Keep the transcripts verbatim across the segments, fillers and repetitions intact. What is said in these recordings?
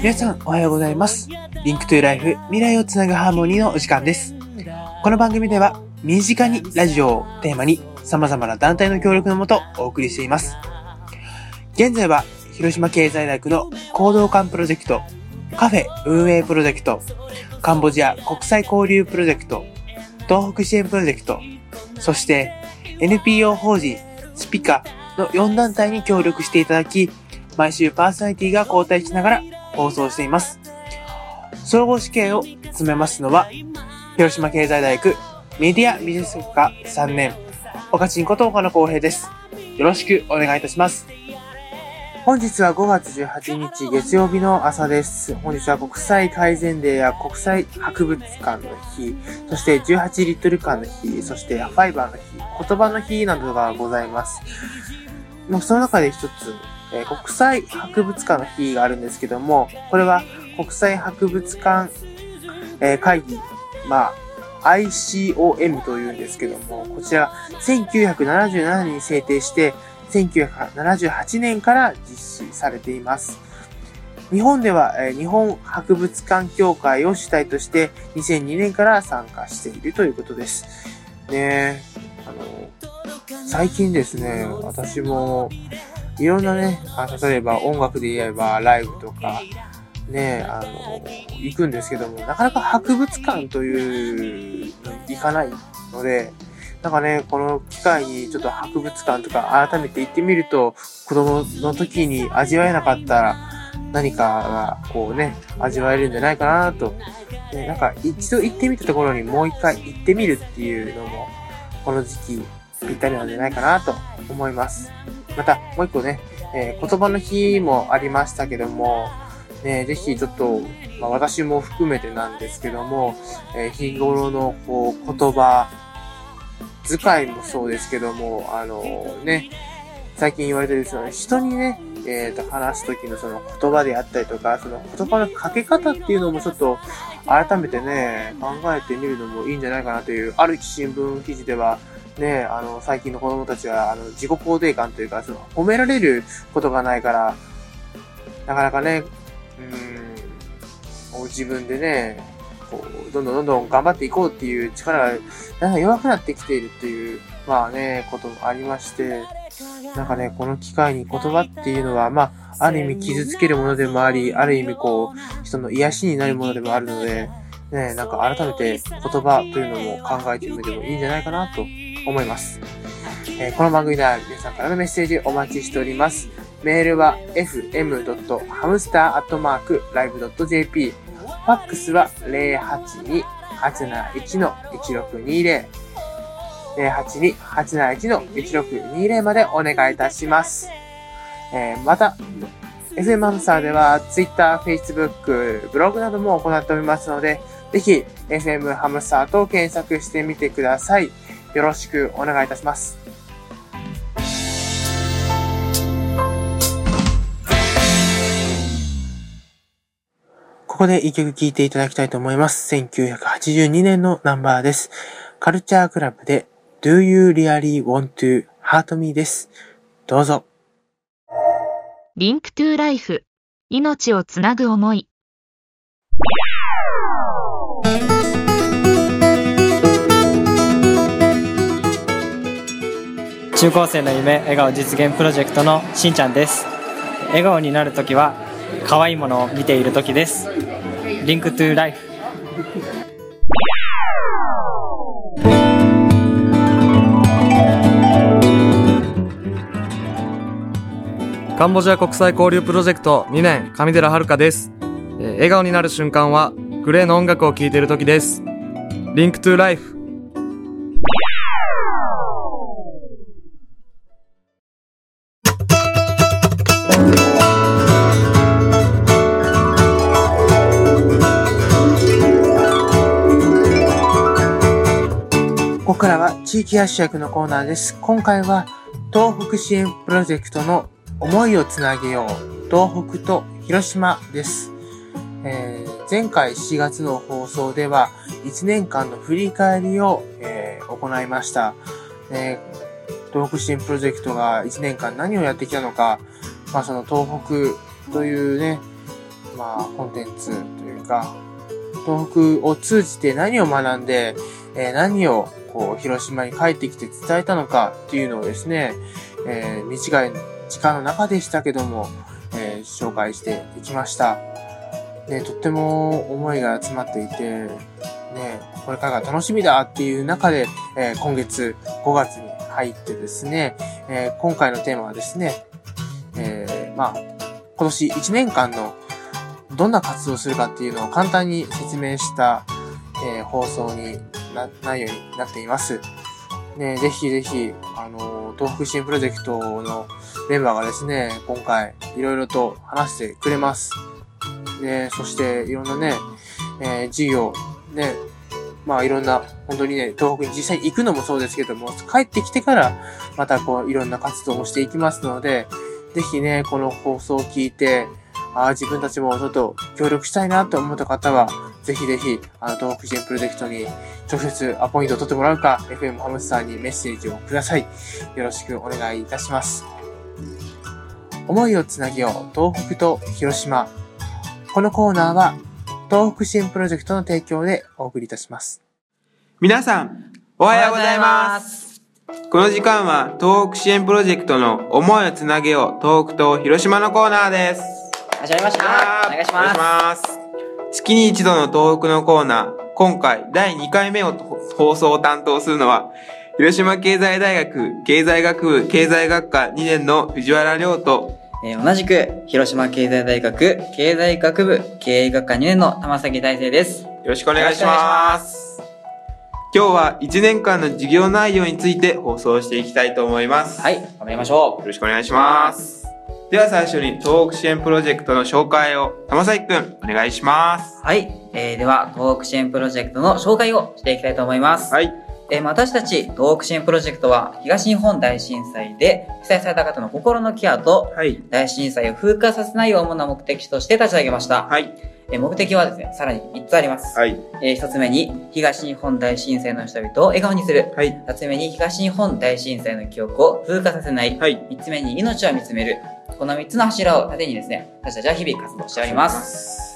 皆さんおはようございます。リンクトゥーライフ、未来をつなぐハーモニーのお時間です。この番組では身近にラジオをテーマに様々な団体の協力のもとお送りしています。現在は広島経済大学の行動館プロジェクト、カフェ運営プロジェクト、カンボジア国際交流プロジェクト、東北支援プロジェクト、そして エヌピーオー 法人スピカのよん団体に協力していただき、毎週パーソナリティが交代しながら放送しています。総合試験を詰めますのは、広島経済大学メディアビジネス科さんねん、岡ちんこと岡野光平です。よろしくお願いいたします。本日はごがつじゅうはちにち月曜日の朝です。本日は国際改善デーや国際博物館の日、そしてじゅうはちリットル館の日、そしてファイバーの日、言葉の日などがございます。もうその中で一つ、えー、国際博物館の日があるんですけども、これは国際博物館、えー、会議、まあ、アイシーオーエム というんですけども、こちらせんきゅうひゃくななじゅうななねんに制定して、せんきゅうひゃくななじゅうはちねんから実施されています。日本では、えー、日本博物館協会を主体としてにせんにねんから参加しているということです。ね、あの、最近ですね、私もいろんなね、あ例えば音楽で言えばライブとか、ね、あの、行くんですけども、なかなか博物館というのに行かないので、なんかね、この機会にちょっと博物館とか改めて行ってみると、子供の時に味わえなかった何かがこうね、味わえるんじゃないかなと。ね、なんか一度行ってみたところにもう一回行ってみるっていうのも、この時期ぴったりなんじゃないかなと思います。また、もう一個ね、えー、言葉の日もありましたけども、ね、ぜひちょっと、まあ、私も含めてなんですけども、えー、日頃のこう言葉遣いもそうですけども、あのー、ね、最近言われてるその人にね、えっと、話すときのその言葉であったりとか、その言葉のかけ方っていうのもちょっと改めてね、考えてみるのもいいんじゃないかなという、ある新聞記事では、ね、あの、最近の子供たちは、あの、自己肯定感というか、その、褒められることがないから、なかなかね、うーん、自分でね、こう、どんどんどんどん頑張っていこうっていう力が、だんだん弱くなってきているっていう、まあね、こともありまして、なんかね、この機会に言葉っていうのは、まあ、ある意味傷つけるものでもあり、ある意味こう、人の癒しになるものでもあるので、ね、なんか改めて言葉というのも考えてみてもいいんじゃないかなと思います。えー、この番組では皆さんからのメッセージお待ちしております。メールは エフエムドットハムスターアットマークライブドットジェーピー、ファックスは ゼロはちに はちなないち いちろくにゼロ ゼロはちに はちなないち いちろくにゼロまでお願いいたします。えー、また、エフエム ハムスターでは Twitter、Facebook、ブログなども行っておりますので、ぜひ エフエム ハムスターと検索してみてください。よろしくお願いいたします。ここで一曲聴いていただきたいと思います。せんきゅうひゃくはちじゅうにねんのナンバーです。カルチャークラブで Do You Really Want to Hurt Me です。どうぞ。 リンクトゥーライフ、命をつなぐ思い。 中高生の夢笑顔実現プロジェクトのしんちゃんです。笑顔になるときは可愛いものを見ているときです。リンクトゥーライフ。 カンボジア国際交流プロジェクトにねん、上寺遥です。えー、笑顔になる瞬間はグレーの音楽を聴いているときです。リンクトゥーライフ。 ここからは地域発信役のコーナーです。今回は東北支援プロジェクトの思いをつなげよう、東北と広島です。えー、前回しがつの放送ではいちねんかんの振り返りを、えー、行いました。えー、東北支援プロジェクトがいちねんかん何をやってきたのか、まあその東北というね、 まあ、コンテンツというか、東北を通じて何を学んで、えー、何をこう広島に帰ってきて伝えたのかっていうのをですね、えー、短い時間の中でしたけども、えー、紹介していきました。ね、とっても思いが詰まっていて、ね、これからが楽しみだっていう中で、えー、今月ごがつに入ってですね、えー、今回のテーマはですね、えー、まあ、今年いちねんかんのどんな活動をするかっていうのを簡単に説明した、えー、放送にな、内容になっています。ね、ぜひぜひ、あの、東北支援プロジェクトのメンバーがですね、今回いろいろと話してくれます。ね、そしていろんなね、えー、授業、ね、まあいろんな、本当にね、東北に実際に行くのもそうですけども、帰ってきてからまたこういろんな活動もしていきますので、ぜひね、この放送を聞いて、ああ、自分たちもちょっと協力したいなと思った方は、ぜひぜひ、あの、東北支援プロジェクトに直接アポイントを取ってもらうか、エフエム ハムスターにメッセージをください。よろしくお願いいたします。思いをつなげよう、東北と広島。このコーナーは、東北支援プロジェクトの提供でお送りいたします。 皆さん、おはようございます。この時間は、東北支援プロジェクトの思いをつなげよう、東北と広島のコーナーです。 始まりました。お願いします。お願いします。 月に一度の東北のコーナー、今回だいにかいめを放送を担当するのは、広島経済大学経済学部経済学科にねんの藤原亮と、 えー、同じく広島経済大学経済学部経営学科にねんの玉崎大成です。 よろしくお願いします。今日はいちねんかんの授業内容について放送していきたいと思います。 はい、頑張りましょう。 よろしくお願いします。では最初に東北支援プロジェクトの紹介を玉崎くんお願いします。 はい、えー、では東北支援プロジェクトの紹介をしていきたいと思います。 はい。 えー、私たち東北支援プロジェクトは東日本大震災で被災された方の心のケアと、はい、大震災を風化させないを主な目的として立ち上げました。はい。えー、目的はですね、さらにみっつあります。はい。えー、ひとつめに東日本大震災の人々を笑顔にする。はい。ふたつめに東日本大震災の記憶を風化させない。はい。みっつめに命を見つめる。このみっつの柱を盾にですね、私たちは日々活動しております。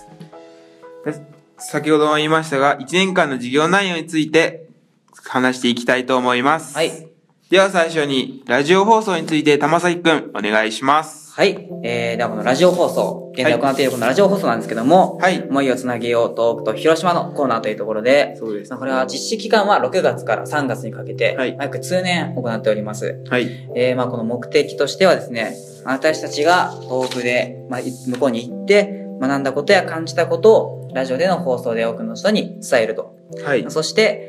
先ほども言いましたが、いちねんかんの授業内容について話していきたいと思います。はい。では最初に、ラジオ放送について玉崎くん、お願いします。 はい。えー、ではこのラジオ放送、現在行っているこのラジオ放送なんですけども、はい。思いをつなげよう東北と広島のコーナーというところで、そうです。これは実施期間はろくがつからさんがつにかけて、はい。約通年行っております。はい。えー、まあこの目的としてはですね、私たちが東北で、まあ、向こうに行って学んだことや感じたことをラジオでの放送で多くの人に伝えると。はい。そして、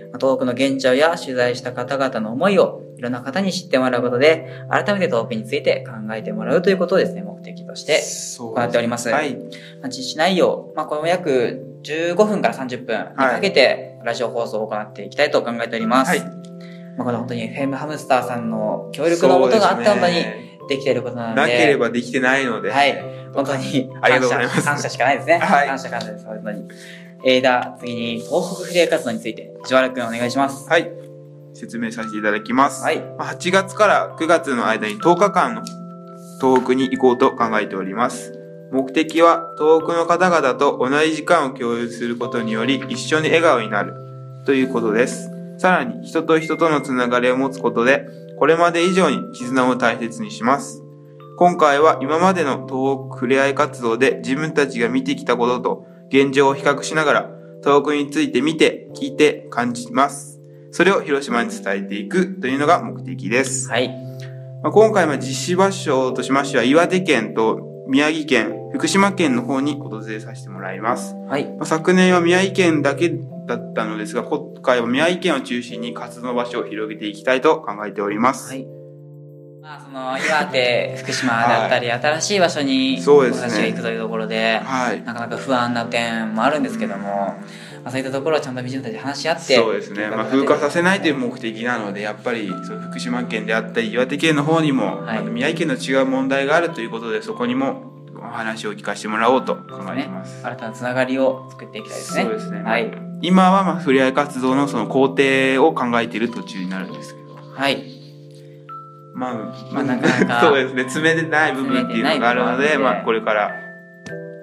東北の現状や取材した方々の思いをいろんな方に知ってもらうことで、改めて東北について考えてもらうということをですね、目的として行っております。はい。まあ、実施内容、まあ、これも約じゅうごふんからさんじゅっぷんにかけてラジオ放送を行っていきたいと考えております。はい。まあ、これ本当に エフエム ハムスターさんの協力のもとがあったのに、できていることなので。 なければできてないので。 はい。本当に感謝。ありがとうございます。感謝しかないですね。はい。感謝感謝です。本当に。えー、では次に東北フリー活動について藤原くんお願いします。 はい。説明させていただきます。はい。はちがつからくがつの間にとおかかんの東北に行こうと考えております。目的は東北の方々と同じ時間を共有することにより一緒に笑顔になるということです。さらに人と人とのつながりを持つことでこれまで以上に絆を大切にします。今回は今までの東北ふれあい活動で自分たちが見てきたことと現状を比較しながら東北について見て、聞いて、感じます。それを広島に伝えていくというのが目的です。はい。まあ、今回は実施場所としましては岩手県と宮城県、福島県の方に訪れさせてもらいます。はい。まあ、昨年は宮城県だけだったのですが、今回は宮城県を中心に活動場所を広げていきたいと考えております。はい。 まあ、その岩手、福島だったり、はい、新しい場所に私たちが行くというところで、はい、なかなか不安な点もあるんですけども、まあ、そういったところをちゃんと自分たちで話し合って、 そうですね。まあ、風化させないという目的なので、やっぱりそう福島県であったり岩手県の方にも、はい、宮城県の違う問題があるということで、そこにもお話を聞かせてもらおうと考えています。 新たなつながりを作っていきたいですね。 そうですね。はい。今はまあふれあい活動のその工程を考えている途中になるんですけど。はい。まあ、まあ、なかなかそうですね。詰めてない部分っていうのがあるので、まあ、これから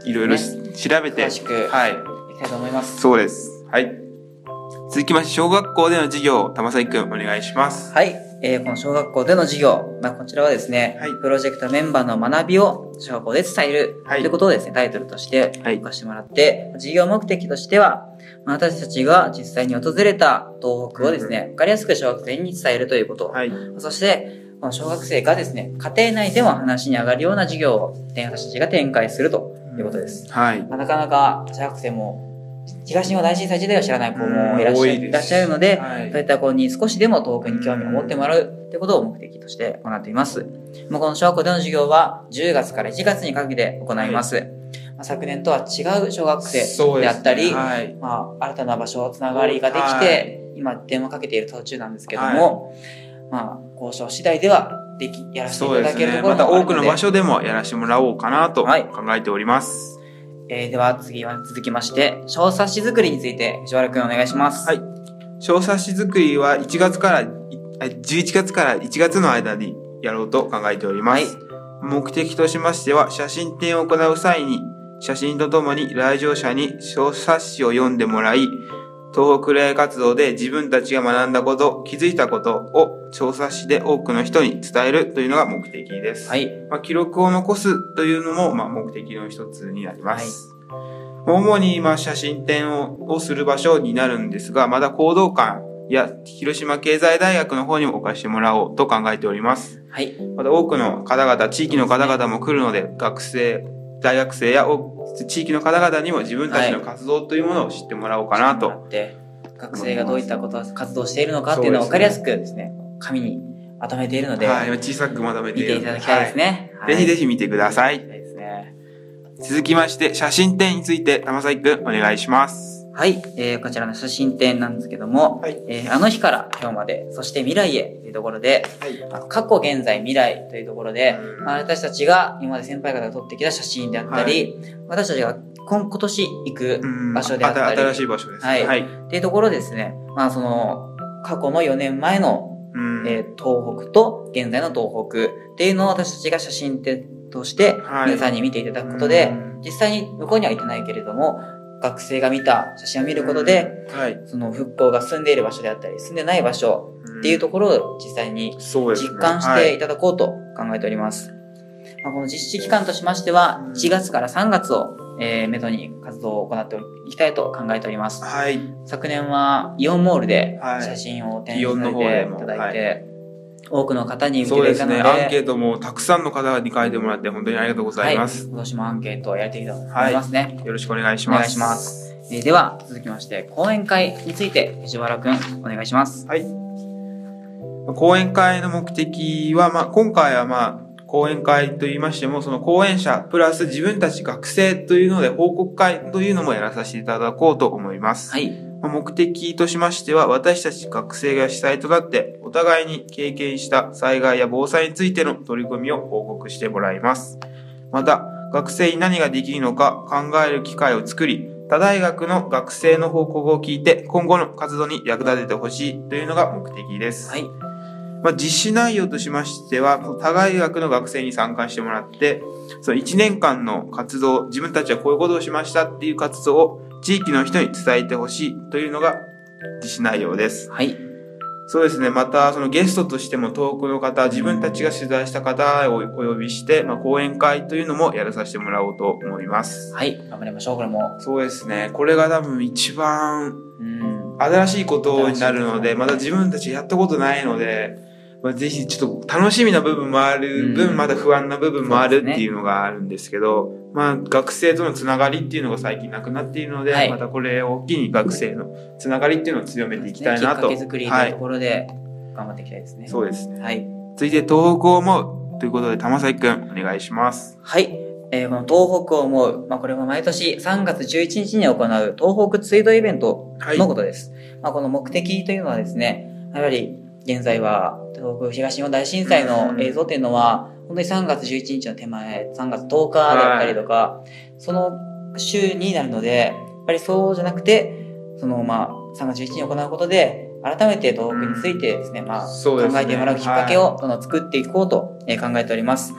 いろいろ調べて、 詳しく、はい。いきたいと思います。 そうです。はい。続きまして、小学校での授業、玉崎くん、お願いします。 はい。えー、この小学校での授業、まあ、こちらはですね、はい、プロジェクトメンバーの学びを小学校で伝える、はい、ということをですね、タイトルとして書かせてもらって、はい、授業目的としては、私たちが実際に訪れた東北をですね、わかりやすく小学生に伝えるということ。はい、そして、この小学生がですね、家庭内でも話に上がるような授業を私たちが展開するということです。はい。まあ、なかなか小学生も東日本大震災時代を知らない子もいらっしゃる、いらっしゃるので、はい、そういった子に少しでも東北に興味を持ってもらうということを目的として行っています。まあ、この小学校での授業はじゅうがつからいちがつにかけて行います。はい、まあ、昨年とは違う小学生であったり、ね、はい、まあ、新たな場所、つながりができて、はい、今電話かけている途中なんですけども、はい、まあ、交渉次第ではでき、やらせていただけるところもあるので、 そうですね。また多くの場所でもやらせてもらおうかなと考えております。はい、 えー、では次は続きまして、小冊子作りについて藤原くんお願いします。 はい。小冊子作りはいちがつから、じゅういちがつからいちがつの間にやろうと考えております。はい、目的としましては、写真展を行う際に、写真とともに来場者に小冊子を読んでもらい、東北恋愛活動で自分たちが学んだこと、気づいたことを小冊子で多くの人に伝えるというのが目的です。はい。まあ、記録を残すというのも、まあ、目的の一つになります。はい、主に、まあ、写真展を、をする場所になるんですが、まだ講道館や広島経済大学の方にも置かせてもらおうと考えております。はい。また多くの方々、地域の方々も来るので、学生、大学生や地域の方々にも自分たちの活動というものを知ってもらおうかなと。はい、 学生がどういったことを活動しているのかっていうのを分かりやすくですね、紙にまとめているので、 はい、小さくまとめている見ていただきたいですね。 はい、ぜひぜひ見てください。ですね、続きまして、写真展について玉崎くんお願いします。 はい、えー、こちらの写真展なんですけども、はい、えー、あの日から今日まで、そして未来へというところで、はい、まあ、過去、現在、未来というところで、まあ、私たちが今まで先輩方が撮ってきた写真であったり、はい、私たちが今今年行く場所であったり、 新しい場所です。 はい。はい、っていうところですね、まあその、過去のよねんまえの、えー、東北と現在の東北っていうのを私たちが写真展として皆さんに見ていただくことで、はい、実際に向こうには行ってないけれども、学生が見た写真を見ることで、はい、その復興が進んでいる場所であったり、進んでない場所っていうところを実際に実感していただこうと考えております。まあ、この実施期間としましては、いちがつからさんがつを、えー、めどに活動を行っていきたいと考えております。はい、昨年はイオンモールで写真を展示させていただいて、はい、多くの方に受けていたので、 そうですね、アンケートもたくさんの方に書いてもらって本当にありがとうございます。はい、 今年もアンケートをやりたいと思いますね。 はい、よろしくお願いします。お願いします。えー、では続きまして講演会について藤原くんお願いします。 はい。講演会の目的は、まあ、今回はまあ講演会と言いましても、その講演者プラス自分たち学生というので報告会というのもやらさせていただこうと思います。はい。目的としましては、私たち学生が主体となってお互いに経験した災害や防災についての取り組みを報告してもらいます。また、学生に何ができるのか考える機会を作り、他大学の学生の報告を聞いて今後の活動に役立ててほしいというのが目的です。はい。まあ、実施内容としましては、他大学の学生に参加してもらって、そのいちねんかんの活動、自分たちはこういうことをしましたっていう活動を地域の人に伝えてほしいというのが実施内容です。はい。そうですね。また、そのゲストとしても遠くの方、自分たちが取材した方をお呼びして、まあ、講演会というのもやらさせてもらおうと思います。 はい。頑張りましょう、これも。 そうですね。これが多分一番、新しいことになるので、まだ自分たちやったことないので、まあ、ぜひちょっと楽しみな部分もある分、まだ不安な部分もあるっていうのがあるんですけど、まあ学生とのつながりっていうのが最近なくなっているので、はい、またこれを機に学生のつながりっていうのを強めていきたいなと。 きっかけ作りというところで頑張っていきたいですね。 はい、そうですね。はい。続いて東北を思うということで玉崎くんお願いします。 はい。えー、この東北を思う、まあこれも毎年さんがつじゅういちにちに行う東北ツイードイベントのことです。はい、まあこの目的というのはですね、やはり現在は東北東日本大震災の映像っていうのは、本当にさんがつじゅういちにちの手前、さんがつとおかであったりとか、はい、その週になるので、やっぱりそうじゃなくて、そのまあさんがつじゅういちにちに行うことで、改めて東北についてですね、うん、まあ、考えてもらうきっかけを、はい、作っていこうと考えております。はい。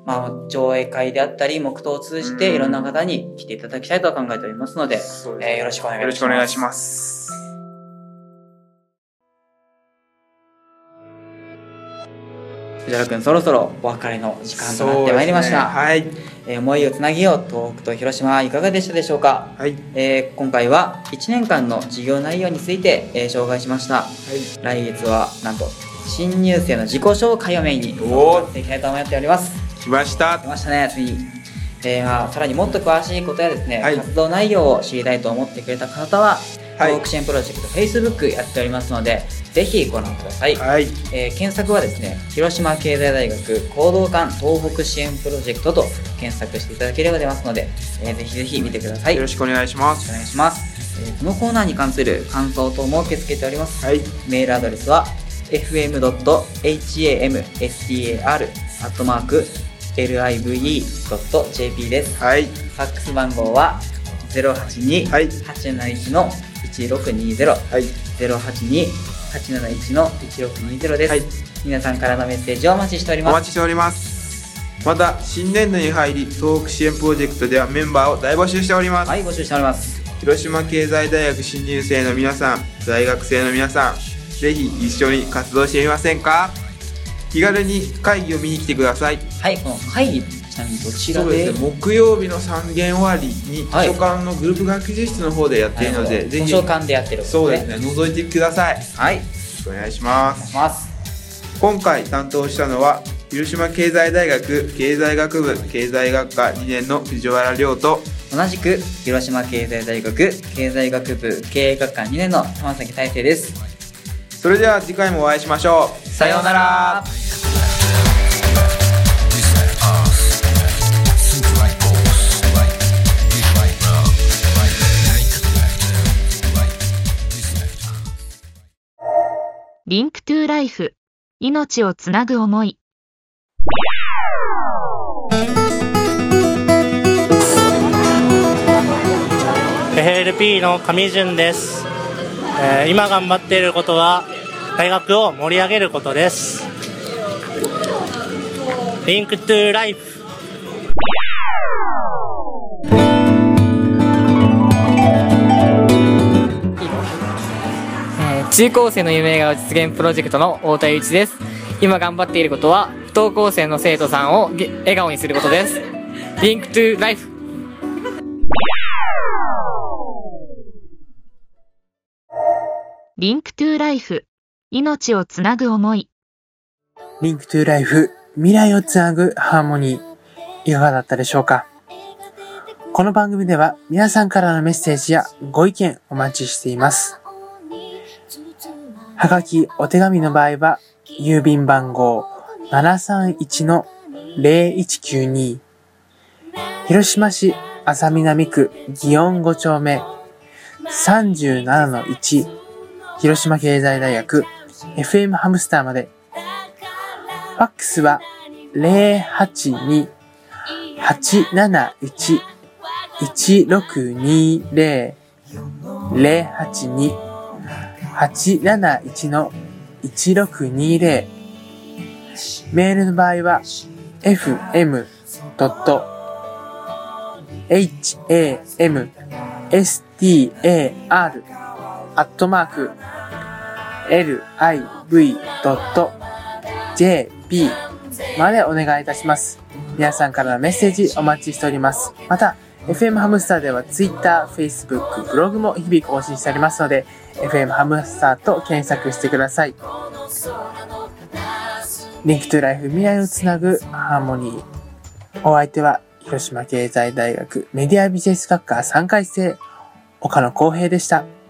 まあ、上映会であったり、黙祷を通じていろんな方に来ていただきたいと考えておりますので、えー、よろしくお願いします。 よろしくお願いします。 藤原くん、そろそろお別れの時間となってまいりました。 ね、はい。 えー、思いをつなげよう、東北と広島いかがでしたでしょうか。はい。えー、今回はいちねんかんの授業内容について、えー、紹介しました。はい。来月はなんと新入生の自己紹介をメインにやっていきたいと思っております。 来ました。 来ましたね、ついに。えー、まあ、さらにもっと詳しいことやですね、はい、活動内容を知りたいと思ってくれた方は、はい、東北支援プロジェクト Facebook やっておりますので、ぜひご覧ください。はい。えー、検索はですね、広島経済大学講道館東北支援プロジェクトと検索していただければ出ますので、えー、ぜひぜひ見てください。 よろしくお願いします。 お願いします。えー、このコーナーに関する感想等も受け付けております。はい。メールアドレスは エフエムドットハムスター アットマーク ライブイー ドット ジェーピー です。はい。ファックス番号は ゼロはちに はちなないち いちろくにゼロ、はい、ゼロはちに はちなないち いちろくにゼロです、はい。皆さんからのメッセージをお待ちしております。 お待ちしております。また新年度に入り東北支援プロジェクトではメンバーを大募集しております。 はい、募集しております。 広島経済大学新入生の皆さん、大学生の皆さん、ぜひ一緒に活動してみませんか。気軽に会議を見に来てください。 はい、この会議ちなみにどちらで。 そうですね、木曜日の三限終わりに図書館のグループ学習室の方でやっているので、はい、ぜひ図書館でやってる、ね、 そうですね、覗いてください。 はい、よろしくお願いします。 お願いします。 今回担当したのは広島経済大学経済学部経済学科にねんの藤原亮と、 同じく広島経済大学経済学部経営学科にねんの玉崎大成です。 それでは次回もお会いしましょう。 さようなら。 リンクトゥライフ、命をつなぐ思い。 エフエルピー の上潤です、えー、今頑張っていることは大学を盛り上げることです。リンクトゥライフ。 中高生の夢が実現プロジェクトの太田祐一です。今頑張っていることは不登校生の生徒さんを笑顔にすることです。リンクトゥライフ。 リンクトゥライフ、命をつなぐ思い。 リンクトゥライフ、未来をつなぐハーモニー、いかがだったでしょうか。この番組では皆さんからのメッセージやご意見お待ちしています。はがき、お手紙の場合は、郵便番号 ななさんいちのゼロいちきゅうに、広島市安佐南区祇園ご丁目 さんじゅうななのいち、広島経済大学 エフエム ハムスターまで。ファックスは ゼロはちに はちなないち いちろくにゼロ ゼロはちに はちなないち いちろくにゼロ。メールの場合は エフエムドットエイチエーエムエスティーエーアール アットマーク エルアイブイドットジェーピー までお願いいたします。皆さんからのメッセージお待ちしております。また エフエム ハムスターでは Twitter、Facebook、ブログも日々更新しておりますので エフエム ハムスターと検索してください。リンクトゥライフ、未来をつなぐハーモニー。お相手は広島経済大学メディアビジネス学科さんかい生岡野浩平でした。